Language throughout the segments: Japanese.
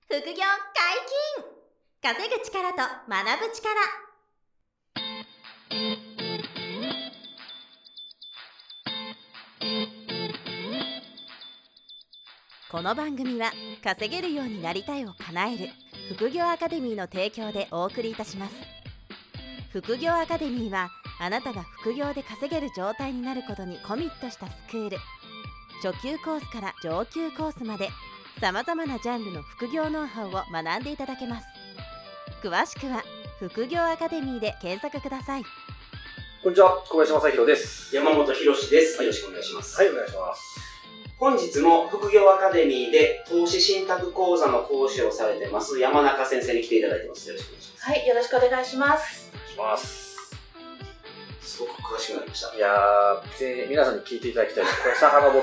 副業解禁、稼ぐ力と学ぶ力。この番組は稼げるようになりたいを叶える副業アカデミーの提供でお送りいたします。副業アカデミーはあなたが副業で稼げる状態になることにコミットしたスクール。初級コースから上級コースまでさまざまなジャンルの副業ノウハウを学んでいただけます。詳しくは副業アカデミーで検索ください。 こんにちは、小林正弘です。 山本博史です。よろしくお願いします。 はい、お願いします。 本日も副業アカデミーで投資信託講座の講師をされてます山中先生に来ていただいてます。よろしくお願いします。 はい、よろしくお願いします。 お願いします。 すごく詳しくなりました。 いやー、皆さんに聞いていただきたいです。これ遡って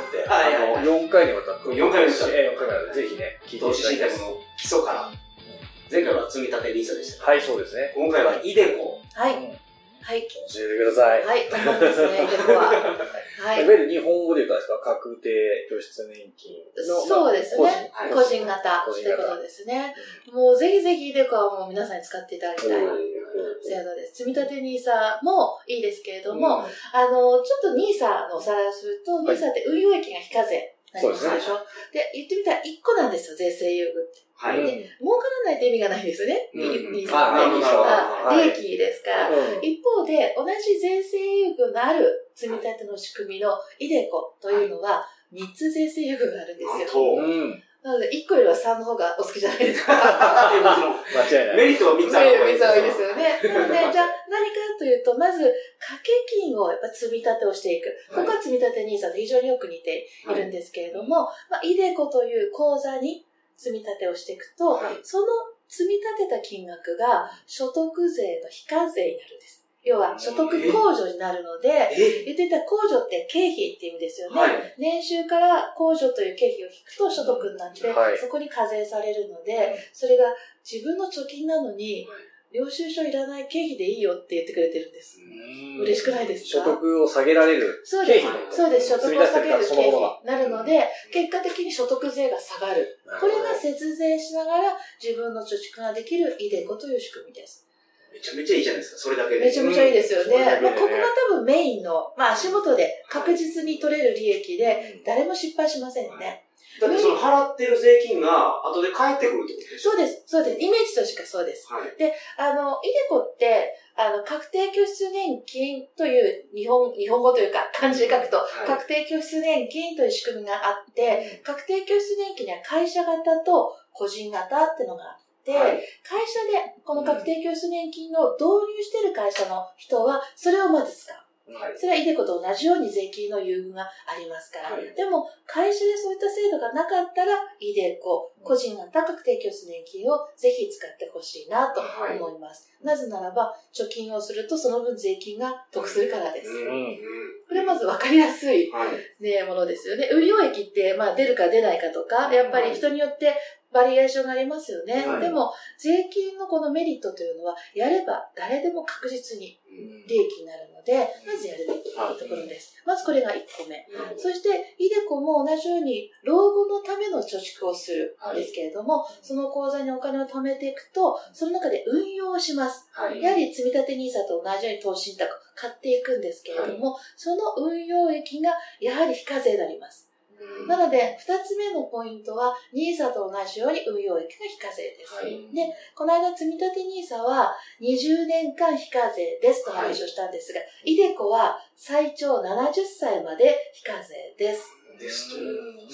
、4回にわたって。 4回目でした。 4回目でぜひね、聞いていただきたいです。 投資信託の基礎から。前回は積み立て NISA でした。 はい、そうですね。 今回はiDeCo。 はい。はい。 教えてください。 はい、頑張りますね、iDeCo は。はい。 いわゆる日本語で言うとですか、確定拠出年金の。 そうですね。個人型ということですね。もうぜひぜひiDeCoはもう皆さんに使っていただきたい制度です。積み立て NISA もいいですけれども、ちょっと NISA のおさらいをすると、NISA って運用益が非課税。そうですね。で、言ってみたら1個なんですよ、税制優遇って。はい。で、儲からないと意味がないんですよね。NISA は利益ですから。一方で、同じ税制優遇のある積み立ての仕組みのiDeCoというのは、3つ税制優遇があるんですよ。なので、1個よりは3の方がお好きじゃないですか。 間違いない。メリットは3つある。 3つはいいですよね。なので、じゃあ何かというと、まず、掛け金をやっぱ積み立てをしていく。ここは積み立て NISA と非常によく似ているんですけれども、iDeCo という口座に積み立てをしていくと、その積み立てた金額が所得税の非課税になるんです。要は、所得控除になるので、言っていた控除って経費って意味ですよね。年収から控除という経費を引くと所得になって、そこに課税されるので、それが自分の貯金なのに、領収書いらない経費でいいよって言ってくれてるんです。嬉しくないですか？ 所得を下げられる経費。 そうです。所得を下げる経費になるので、結果的に所得税が下がる。これが節税しながら自分の貯蓄ができるiDeCoという仕組みです。 めちゃめちゃいいじゃないですか、それだけで。 めちゃめちゃいいですよね。ここが多分メインの、足元で確実に取れる利益で、誰も失敗しませんね。 だってその払ってる税金が後で返ってくるってことでしょ？ そうです。そうです。イメージとしかそうです。で、iDeCoって、確定拠出年金という日本語というか漢字で書くと、確定拠出年金という仕組みがあって、確定拠出年金には会社型と個人型っていうのがあって、会社でこの確定拠出年金を導入している会社の人は、それをまず使う。それはiDeCoと同じように税金の優遇がありますから。でも、会社でそういった制度がなかったら、iDeCo、個人型確定拠出年金をぜひ使ってほしいなと思います。なぜならば、貯金をするとその分税金が得するからです。これまず分かりやすい、ものですよね。運用益って、出るか出ないかとか、やっぱり人によってバリエーションがありますよね。でも、税金のこのメリットというのは、やれば誰でも確実に利益になるので、まずやるべきところです。まずこれが1個目。そして、iDeCoも同じように、老後のための貯蓄をするんですけれども、その口座にお金を貯めていくと、その中で運用をします。やはり積立 NISA と同じように投資信託を買っていくんですけれども、その運用益がやはり非課税になります。なので、二つ目のポイントは、NISA と同じように運用益が非課税です。で、この間、積立 NISA は20年間非課税ですと話をしたんですが、iDeCo は最長70歳まで非課税です。 ですと。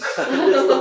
20歳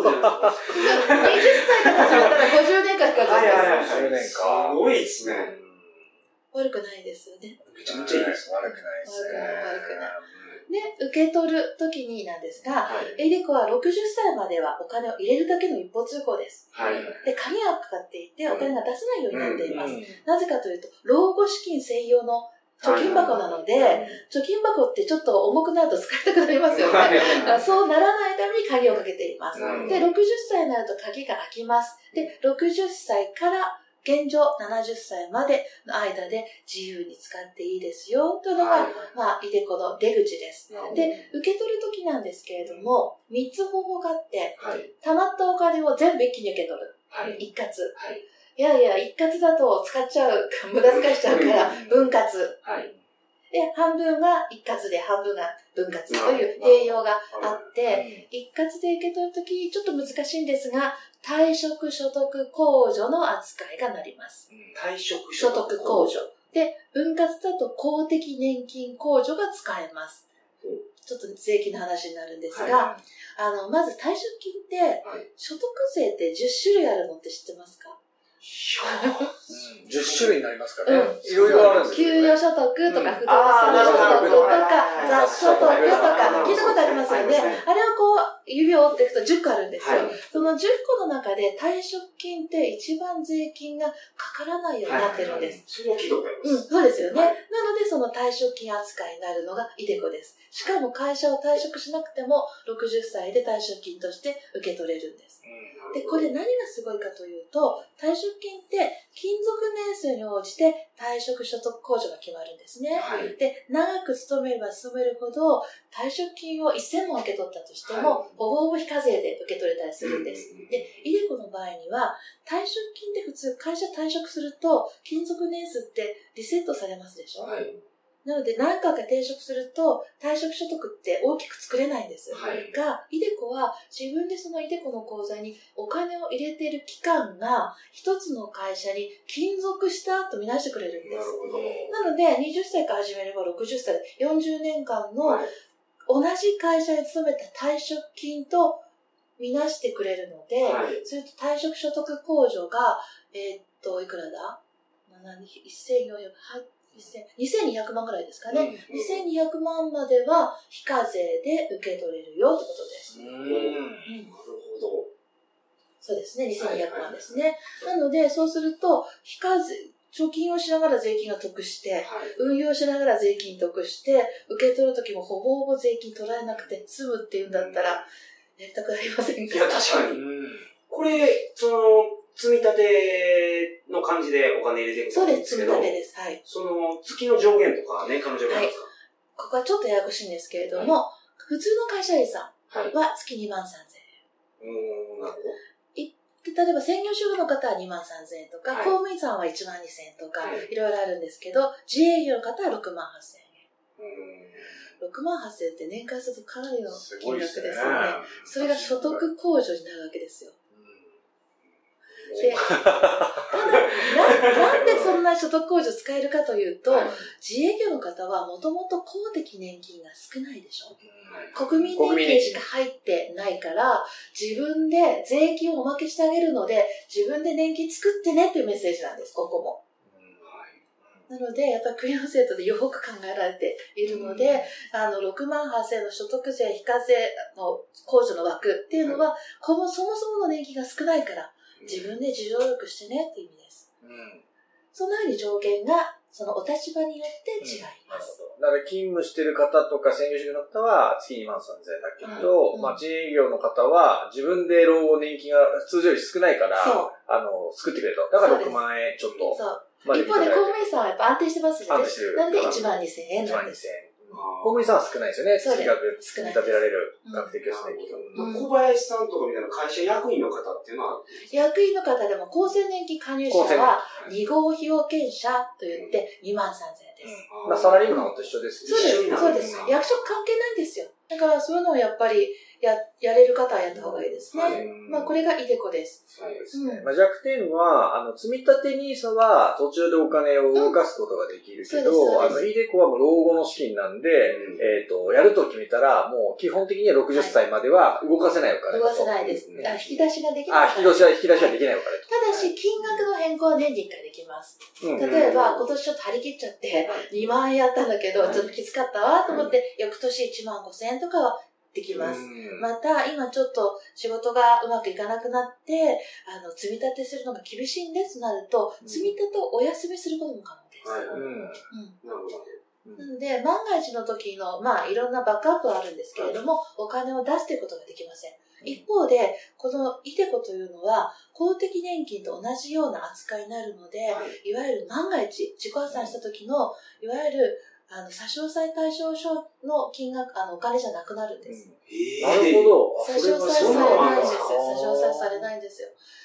から始めたら50年間非課税です。 すごいですね。 悪くないですよね。 めちゃめちゃいいです。 悪くないですね。 悪くない。で、受け取るときになんですが、iDeCo は60歳まではお金を入れるだけの一方通行です。で、鍵がかかっていてお金が出せないようになっています。なぜかというと、老後資金専用の貯金箱なので、貯金箱ってちょっと重くなると使いたくなりますよね。そうならないために鍵をかけています。で、60歳になると鍵が開きます。で、60歳から現状70歳までの間で自由に使っていいですよというのが、iDeCo の出口です。で、受け取るときなんですけれども、3つ方法があって、貯まったお金を全部一気に受け取る。 はい。 一括。 はい。 いやいや、一括だと使っちゃう、無駄遣いしちゃうから、分割。 はい。 で、半分が一括で、半分が分割という併用があって、一括で受け取るとき、ちょっと難しいんですが、退職所得控除の扱いがなります。 退職所得控除。で、分割だと公的年金控除が使えます。ちょっと税金の話になるんですが、まず退職金って、所得税って10種類あるのって知ってますか 10種類になりますかね。いろいろあるんですよね。 給与所得とか、不動産所得とか、雑所得とか、聞いたことありますよね。あれをこう、指を折っていくと10個あるんですよ。その10個の中で退職金って一番税金がかからないようになってるんです。 それを聞いたことあります。 そうですよね。なので、その退職金扱いになるのがイデコです。しかも会社を退職しなくても、60歳で退職金として受け取れるんです。で、これ何がすごいかというと、退職金って勤続年数に応じて退職所得控除が決まるんですね。で、長く勤めれば勤めるほど、退職金を1000万受け取ったとしても、ほぼほぼ非課税で受け取れたりするんです。で、イデコの場合には、退職金って普通会社退職すると、勤続年数ってリセットされますでしょ。なので何回か転職すると退職所得って大きく作れないんです。が、イデコは自分でそのイデコの口座にお金を入れている期間が一つの会社に勤続したとみなしてくれるんです。なので20歳から始めれば60歳で40年間の同じ会社に勤めた退職金とみなしてくれるので、それと退職所得控除が、いくらだ ?1400、2200万ぐらいですかね。2200万までは非課税で受け取れるよってことです。 なるほど。 そうですね、2200万ですね。なので、そうすると、非課税、貯金をしながら税金が得して、運用しながら税金得して、受け取るときもほぼほぼ税金取られなくて済むっていうんだったら、やりたくなりませんか？ いや、確かに。これ、積み立ての感じでお金入れていくそうです、積み立てです。はい。 その月の上限とか年間の上限ですか？ ここはちょっとややこしいんですけれども、普通の会社員さんは月2万3000円。 なるほど。 例えば専業主婦の方は2万3000円とか、公務員さんは1万2000円とか、いろいろあるんですけど、自営業の方は6万8000円。6万8000円って年間するとかなりの金額ですよね。それが所得控除になるわけですよ。で、ただ、なんでそんな所得控除使えるかというと、自営業の方はもともと公的年金が少ないでしょ。国民年金しか入ってないから、自分で税金をおまけしてあげるので、自分で年金作ってねっていうメッセージなんです、ここも。なので、やっぱり国の制度でよく考えられているので、6万8000円の所得税非課税の控除の枠っていうのは、そもそもの年金が少ないから、自分で自助努力してねっていう意味です。そのように上限が、そのお立場によって違います。 だから勤務してる方とか専業主婦の方は月2万3000円だけど、自営業の方は自分で老後年金が通常より少ないから、作ってくれと。だから6万円ちょっと。 一方で公務員さんはやっぱ安定してますよね。なので1万2000円なんです。 公務員さんは少ないですよね。月額積み立てられる確定拠出年金。 小林さんとかみたいな会社役員の方っていうのは役員の方でも厚生年金加入者は2号被要件者といって2万3000円です。 サラリーマンと一緒です。 そうです。役職関係ないんですよ。だからそういうのをやっぱりやれる方はやった方がいいですね。これがイデコです。 そうですね。弱点は、積み立て NISA は途中でお金を動かすことができるけど、イデコはもう老後の資金なんで、やると決めたら、もう基本的には60歳までは動かせないお金。 動かせないです。引き出しができない。 引き出しはできないお金と。 ただし、金額の変更は年に1回できます。例えば、今年ちょっと張り切っちゃって、2万円やったんだけど、ちょっときつかったわと思って、翌年1万5000円とかは、できます。また、今ちょっと仕事がうまくいかなくなって、積み立てするのが厳しいんですとなると、積み立てをお休みすることも可能です。なので、万が一の時の、いろんなバックアップはあるんですけれども、お金を出すということができません。一方で、このイデコというのは、公的年金と同じような扱いになるので、いわゆる万が一、自己破産した時の、いわゆる、差し押さえ対象書の金額、お金じゃなくなるんです。 なるほど。 差し押さえされないんですよ。差し押さえされないんですよ。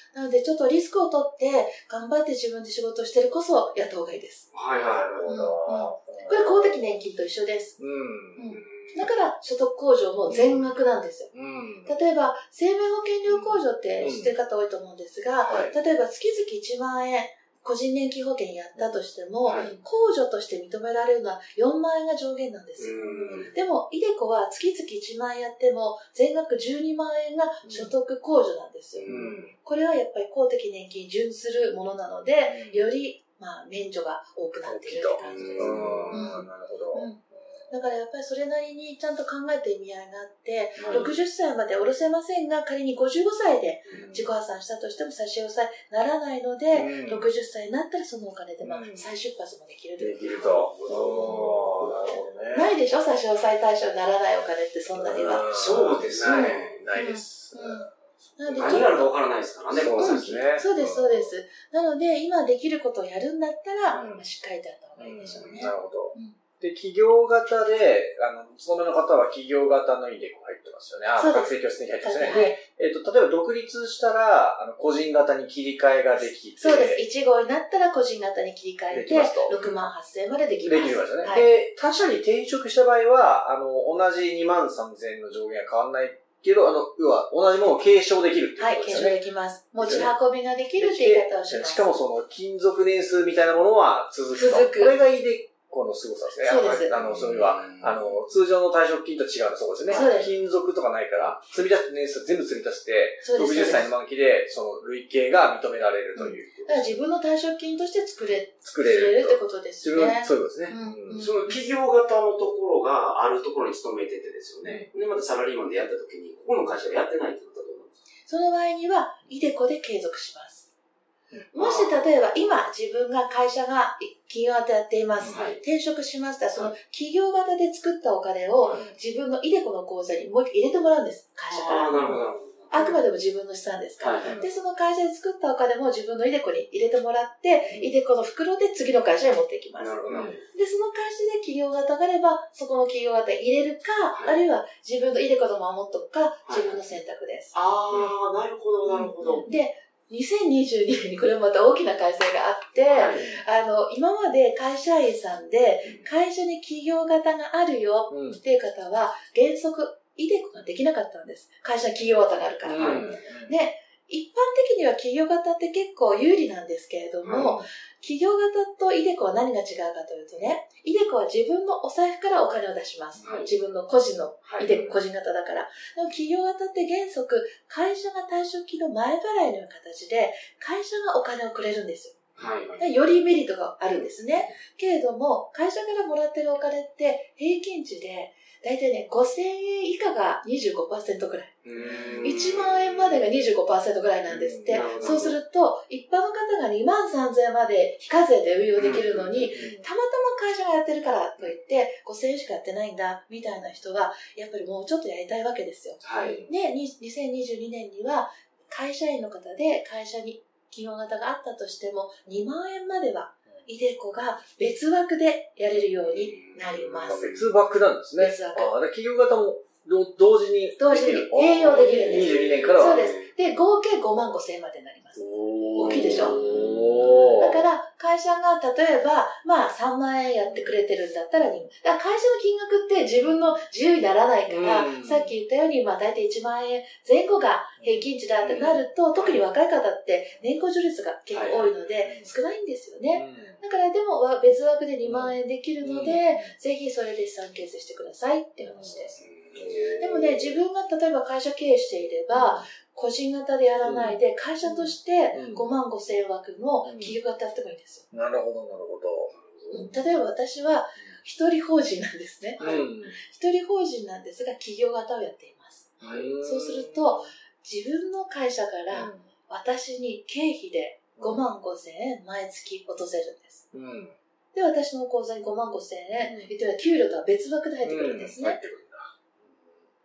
なのでちょっとリスクを取って頑張って自分で仕事をしてるこそやった方がいいです。 はいはい。 なるほど。 これ公的年金と一緒です。だから所得控除も全額なんですよ。例えば生命保険料控除って知ってる方多いと思うんですが、例えば月々1万円個人年金保険やったとしても、控除として認められるのは4万円が上限なんですよ。でも、イデコは月々1万円やっても、全額12万円が所得控除なんですよ。これはやっぱり公的年金に準ずるものなので、より、免除が多くなっているって感じです。 なるほど。 だからやっぱりそれなりにちゃんと考えて意味合いがあって、60歳まで下ろせませんが、仮に55歳で自己破産したとしても差し押さえならないので、60歳になったらそのお金で再出発もできると。 できると。なるほどね。 ないでしょ、差し押さえ対象にならないお金ってそんなには。 そうですね。 ないです。 何があるか分からないですからね、この先。 そうです、そうです。なので、今できることをやるんだったら、しっかりとやった方がいいでしょうね。 なるほど。で、企業型で、勤めの方は企業型のイデコ入ってますよね。学生教室に入ってますね。で、例えば独立したら、個人型に切り替えができて。 そうです。1号になったら個人型に切り替えて、6万8000円までできます。 できますよね。で、他社に転職した場合は、同じ2万3000円の上限は変わらないけど、要は同じものを継承できるっていうことですね。 はい、継承できます。持ち運びができるって言い方をします。 しかもその、勤続年数みたいなものは続くと。これがイデコの凄さですね。 そうです。 それは、通常の退職金と違うのそうですね。 そうです。 勤続とかないから、積み出す年数全部積み出して、60歳の満期で、その累計が認められるという。 だから自分の退職金として作れるってことですね。 そういうことですね。 その企業型のところがあるところに勤めててですよね。で、またサラリーマンでやった時に、ここの会社がやってないってことはどうなんですか？ その場合には、イデコで継続します。もし例えば今自分が会社が企業型やっています。転職しました。その企業型で作ったお金を自分のイデコの口座にもう一回入れてもらうんです。会社から。 なるほど。 あくまでも自分の資産ですから。で、その会社で作ったお金も自分のイデコに入れてもらって、イデコの袋で次の会社に持っていきます。で、その会社で企業型があれば、そこの企業型に入れるか、あるいは自分のイデコの守っとくか、自分の選択です。 なるほど、なるほど。 で、2022年にこれまた大きな改正があって、今まで会社員さんで会社に企業型があるよっていう方は原則イデコができなかったんです。会社企業型があるから。で、一般的には企業型って結構有利なんですけれども、企業型とイデコは何が違うかというとね、イデコは自分のお財布からお金を出します。自分の個人のイデコ、個人型だから。でも企業型って原則、会社が退職金の前払いのような形で、会社がお金をくれるんですよ。よりメリットがあるんですね。けれども、会社からもらってるお金って平均値で、だいたいね、5000円以下が 25% くらい。1万円までが 25% ぐらいなんですって。そうすると、一般の方が2万3000円まで非課税で運用できるのに、たまたま会社がやってるからといって、5000円しかやってないんだ、みたいな人は、やっぱりもうちょっとやりたいわけですよ。で、2022年には、会社員の方で会社に企業型があったとしても、2万円までは、イデコが別枠でやれるようになります。 別枠なんですね。 別枠。 企業型も同時に併用できるんです。 22年からは。 そうです。で、合計5万5千円までになります。大きいでしょ？だから、会社が例えば、3万円やってくれてるんだったら2万。だから会社の金額って自分の自由にならないから、さっき言ったように、大体1万円前後が平均値だってなると、特に若い方って年功序列が結構多いので、少ないんですよね。だからでも別枠で2万円できるので、ぜひそれで資産形成してくださいって話です。でもね、自分が例えば会社経営していれば、個人型でやらないで、会社として5万5千円枠の企業型やってもいいんですよ。 なるほど、なるほど。 例えば私は一人法人なんですね。一人法人なんですが、企業型をやっています。そうすると、自分の会社から私に経費で5万5千円毎月落とせるんです。で、私の口座に5万5千円、言ったら給料とは別枠で入ってくるんですね。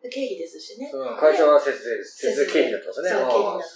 経費ですしね。 会社は節税経費になってますね。 そう、経費になって。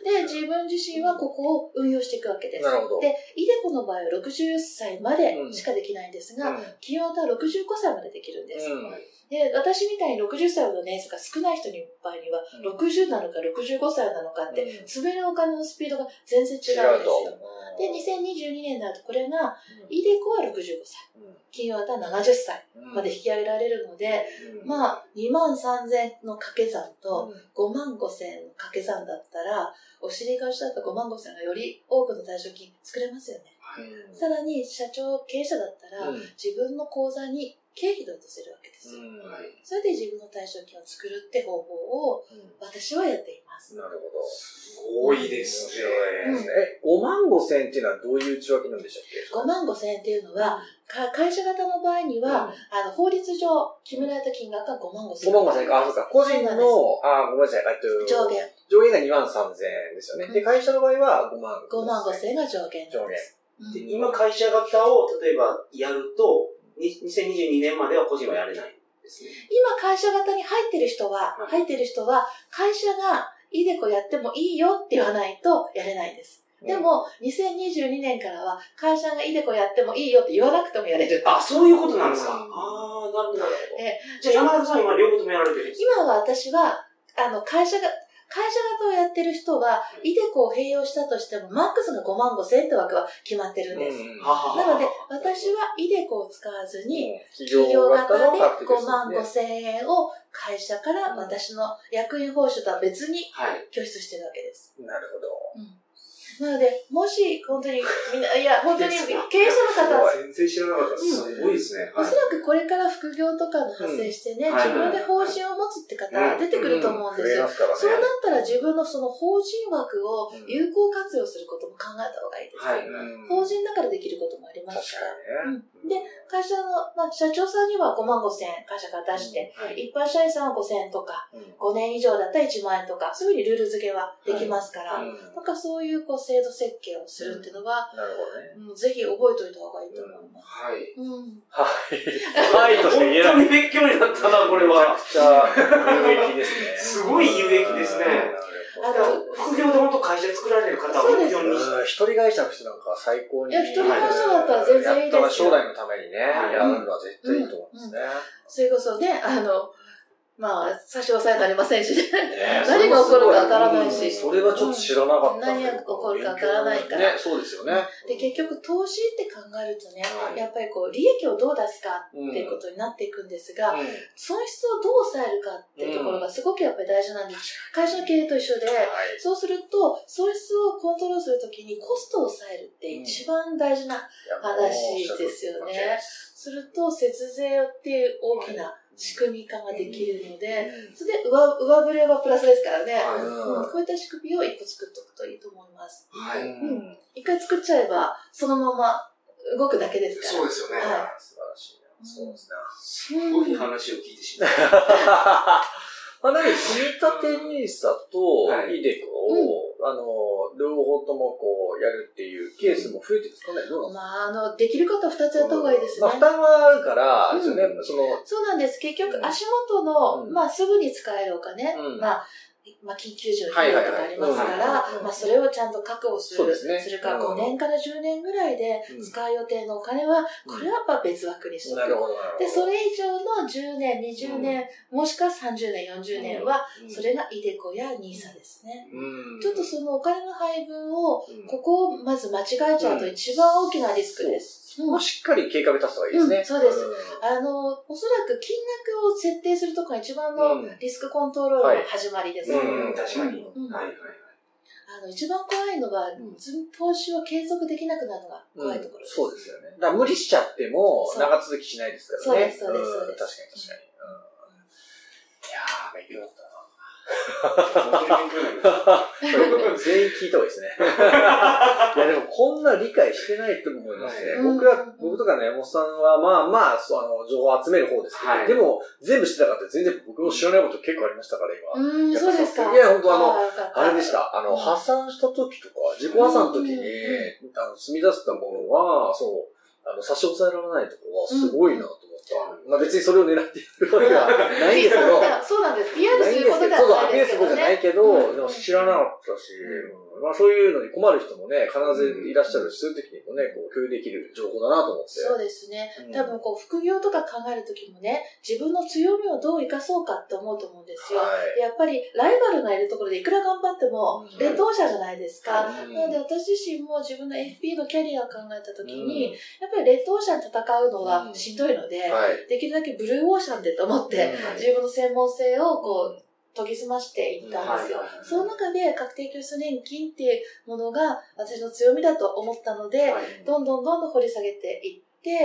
で、自分自身はここを運用していくわけです。 なるほど。 で、イデコの場合は60歳までしかできないんですが、企業は65歳までできるんです。で、私みたいに60歳の年数が少ない人の場合には、60なのか65歳なのかって、積めるお金のスピードが全然違うんですよ。で、2022年になると、これが、イデコは65歳。企業は70歳まで引き上げられるので、まあ、23,000の掛け算と55,000の掛け算だったら、お尻が下だったら55,000がより多くの退職金作れますよね。さらに、経営者だったら、自分の口座に経費で落とせるわけですよ。それで自分の退職金を作るって方法を私はやっています。 なるほど。 すごいですね。 55,000っていうのはどういう内訳なんでしたっけ ？55,000円っていうのは、会社型の場合には、法律上決められた金額が55,000円。 55,000円か。そうか。個人の、ごめんなさい。 上限。 上限が23,000円ですよね。で、会社の場合は 55,000円が上限。 で今、会社型を例えばやると、2022年までは個人はやれないんですね。 今、会社型に入ってる人は、会社がイデコやってもいいよって言わないとやれないんです。でも、2022年からは、会社がイデコやってもいいよって言わなくてもやれる。 あ、そういうことなんですか。なるほど。じゃあ、山中さん今両方ともやられてるんですか？ 今は私は、会社型をやってる人は、イデコを併用したとしても、マックスが55,000円って枠は決まってるんです。なので、私はイデコを使わずに、企業型で55,000円を会社から私の役員報酬とは別に拠出してるわけです。 なるほど。 なので、もし、本当に、本当に、経営者の方は、 全然知らなかった。すごいですね。 おそらくこれから副業とかの発生してね、自分で法人を持つって方出てくると思うんですよ。そうなったら自分のその法人枠を有効活用することも考えた方がいいです。法人だからできることもありますから。で、会社の、社長さんには55,000円会社から出して、一般社員さんは5,000円とか、5年以上だったら1万円とか、そういうふうにルール付けはできますから、なんかそういう制度設計をするっていうのは、ぜひ覚えておいた方がいいと思います。 はいとしか言えない。 本当に勉強になったな、これは。 めちゃくちゃ有益ですね。 すごい有益ですね。副業で本当会社作られる方は目標に一人会社の人なんか最高に。 一人会社だったら全然いいですよ。 将来のためにね、やるのは絶対いいと思うんですね。 それこそね、差し押さえになりませんしね。何が起こるかわからないし。 それはちょっと知らなかった。 何が起こるかわからないから。 そうですよね。 で、結局投資って考えるとね、やっぱり利益をどう出すかっていうことになっていくんですが、損失をどう抑えるかっていうところがすごくやっぱり大事なんです。会社の経営と一緒で、そうすると、損失をコントロールするときにコストを抑えるって一番大事な話ですよね。すると、節税っていう大きな仕組み化ができるので、それで上振れはプラスですからね。こういった仕組みを一個作っておくといいと思います。一回作っちゃえば、そのまま動くだけですから。 そうですよね。 素晴らしいな。そうですね。すごい話を聞いてしまった。 なので、積立 NISA とイデコを、両方ともやるっていうケースも増えてるんですかね。どうなんですか？ できる方は2つやった方がいいですね。 負担はあるから、ですよね。 そうなんです。結局、足元の、すぐに使えるお金、緊急時の費用とかありますから、それをちゃんと確保する。それから5年から10年ぐらいで使う予定のお金は、これはやっぱ別枠にしておく。で、それ以上の10年、20年、もしくは30年、40年は、それがイデコや NISA ですね。ちょっとそのお金の配分を、ここをまず間違えちゃうと一番大きなリスクです。 しっかり計画立つ方がいいですね。 そうです。おそらく金額を設定するところが一番のリスクコントロールの始まりです。 確かに。 一番怖いのは、投資を継続できなくなるのが怖いところです。 そうですよね。だから無理しちゃっても長続きしないですからね。 そうです。 確かに。いやー、勉強だったな。全員聞いた方がいいですね。いやでもこんな理解してないと思いますね。僕とかの山本さんは情報を集める方ですけど、でも全部知ってたかって全然僕も知らないこと結構ありましたから今。 そうですか。 いや本当あれでした。破産した時とか、自己破産の時に積み出したものは、 差し押さえられないところはすごいなと思った。まあ別にそれを狙ってやるわけはないんですけど。 そうなんです。PR することではないですけどね。 そう、PR することじゃないけど、でも知らなかったし、まあそういうのに困る人もね、必ずいらっしゃるし、そういう時にもね、こう共有できる情報だなと思って。 そうですね。多分こう、副業とか考える時もね、自分の強みをどう活かそうかって思うと思うんですよ。やっぱりライバルがいるところでいくら頑張っても、劣等者じゃないですか。なので私自身も自分の FP のキャリアを考えた時に、やっぱり劣等者に戦うのがしんどいので、できるだけブルーオーシャンでと思って、自分の専門性をこう、研ぎ澄ましていったんですよ。その中で確定拠出年金っていうものが私の強みだと思ったので、どんどん掘り下げていって、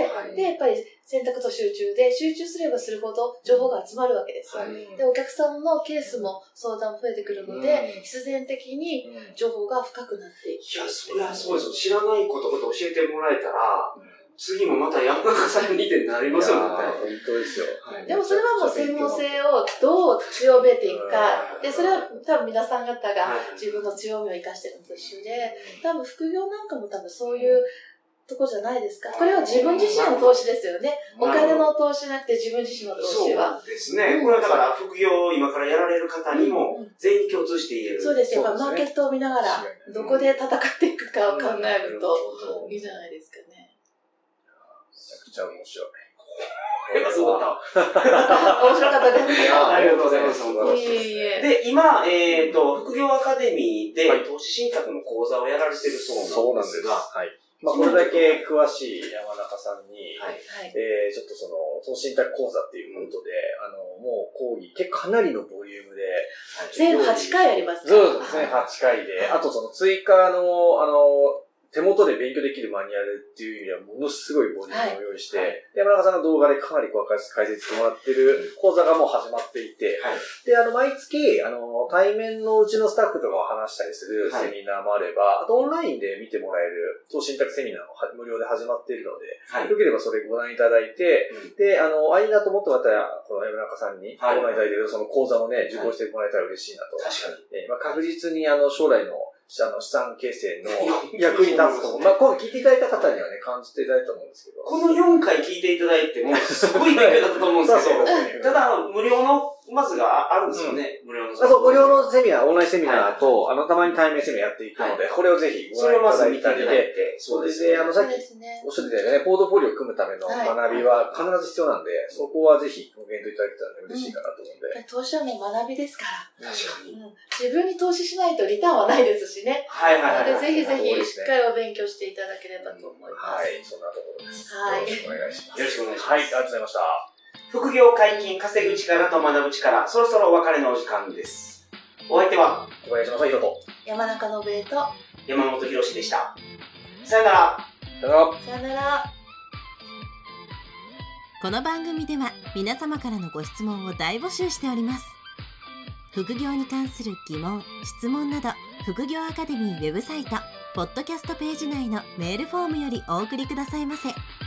で、やっぱり選択と集中で、集中すればするほど情報が集まるわけですよ。で、お客さんのケースも相談も増えてくるので、必然的に情報が深くなっていく。 いや、そりゃそうですよ。知らないこと教えてもらえたら、次もまた山中さんにってなりますよね。 本当ですよ。 でもそれはもう専門性をどう強めていくか。で、それは多分皆さん方が自分の強みを生かしてるのと一緒で、多分副業なんかも多分そういうとこじゃないですか。これは自分自身の投資ですよね。お金の投資じゃなくて自分自身の投資は。 そうですね。これはだから副業を今からやられる方にも全員共通して言える。 そうですよ。マーケットを見ながらどこで戦っていくかを考えるといいじゃないですかね。 めちゃくちゃ面白い。 これがすごかった。 面白かったです。 ありがとうございます。で、今、副業アカデミーで投資信託の講座をやられてるそうなんですが、 はい。まあ、これだけ詳しい山中さんに、ちょっとその、投資信託講座っていうことで、もう講義、かなりのボリュームで、 全8回ありますか？ そうですね、8回で、あとその追加の、手元で勉強できるマニュアルっていう意味ではものすごいボリュームを用意して、山中さんの動画でかなり解説してもらってる講座がもう始まっていて、で、毎月、対面のうちのスタッフとかを話したりするセミナーもあれば、あとオンラインで見てもらえる投資信託セミナーも無料で始まっているので、よければそれご覧いただいて、で、いいなと思ってもらったら、この山中さんにご覧いただいているその講座をね、受講してもらえたら嬉しいなと。 確かに。 確実に将来の資産形成の役に立つと思う。まあ、今度聞いていただいた方にはね、感じていただいたと思うんですけど。 この4回聞いていただいても、すごい勉強だったと思うんですけど、ただ、無料の、まずがあるんですよね、無料の。 そう、無料のセミナー、オンラインセミナーと、たまに対面セミナーやっていくので、これをぜひご覧いただいたりで、そうですね、さっきおっしゃってたよね、ポートフォリオを組むための学びは必ず必要なんで、そこはぜひご検討いただけたら嬉しいかなと思うんで。 投資はもう学びですから。 確かに。 自分に投資しないとリターンはないですしね。なので、ぜひぜひしっかりお勉強していただければと思います。 はい、そんなところです。 はい。 よろしくお願いします。 よろしくお願いします。 はい、ありがとうございました。 副業解禁、稼ぐ力と学ぶ力、そろそろお別れのお時間です。お相手は、 小林正宏と山中信江と山本博史でした。さよなら。 さよなら。 さよなら。 この番組では皆様からのご質問を大募集しております。副業に関する疑問・質問など、副業アカデミーウェブサイト、ポッドキャストページ内のメールフォームよりお送りくださいませ。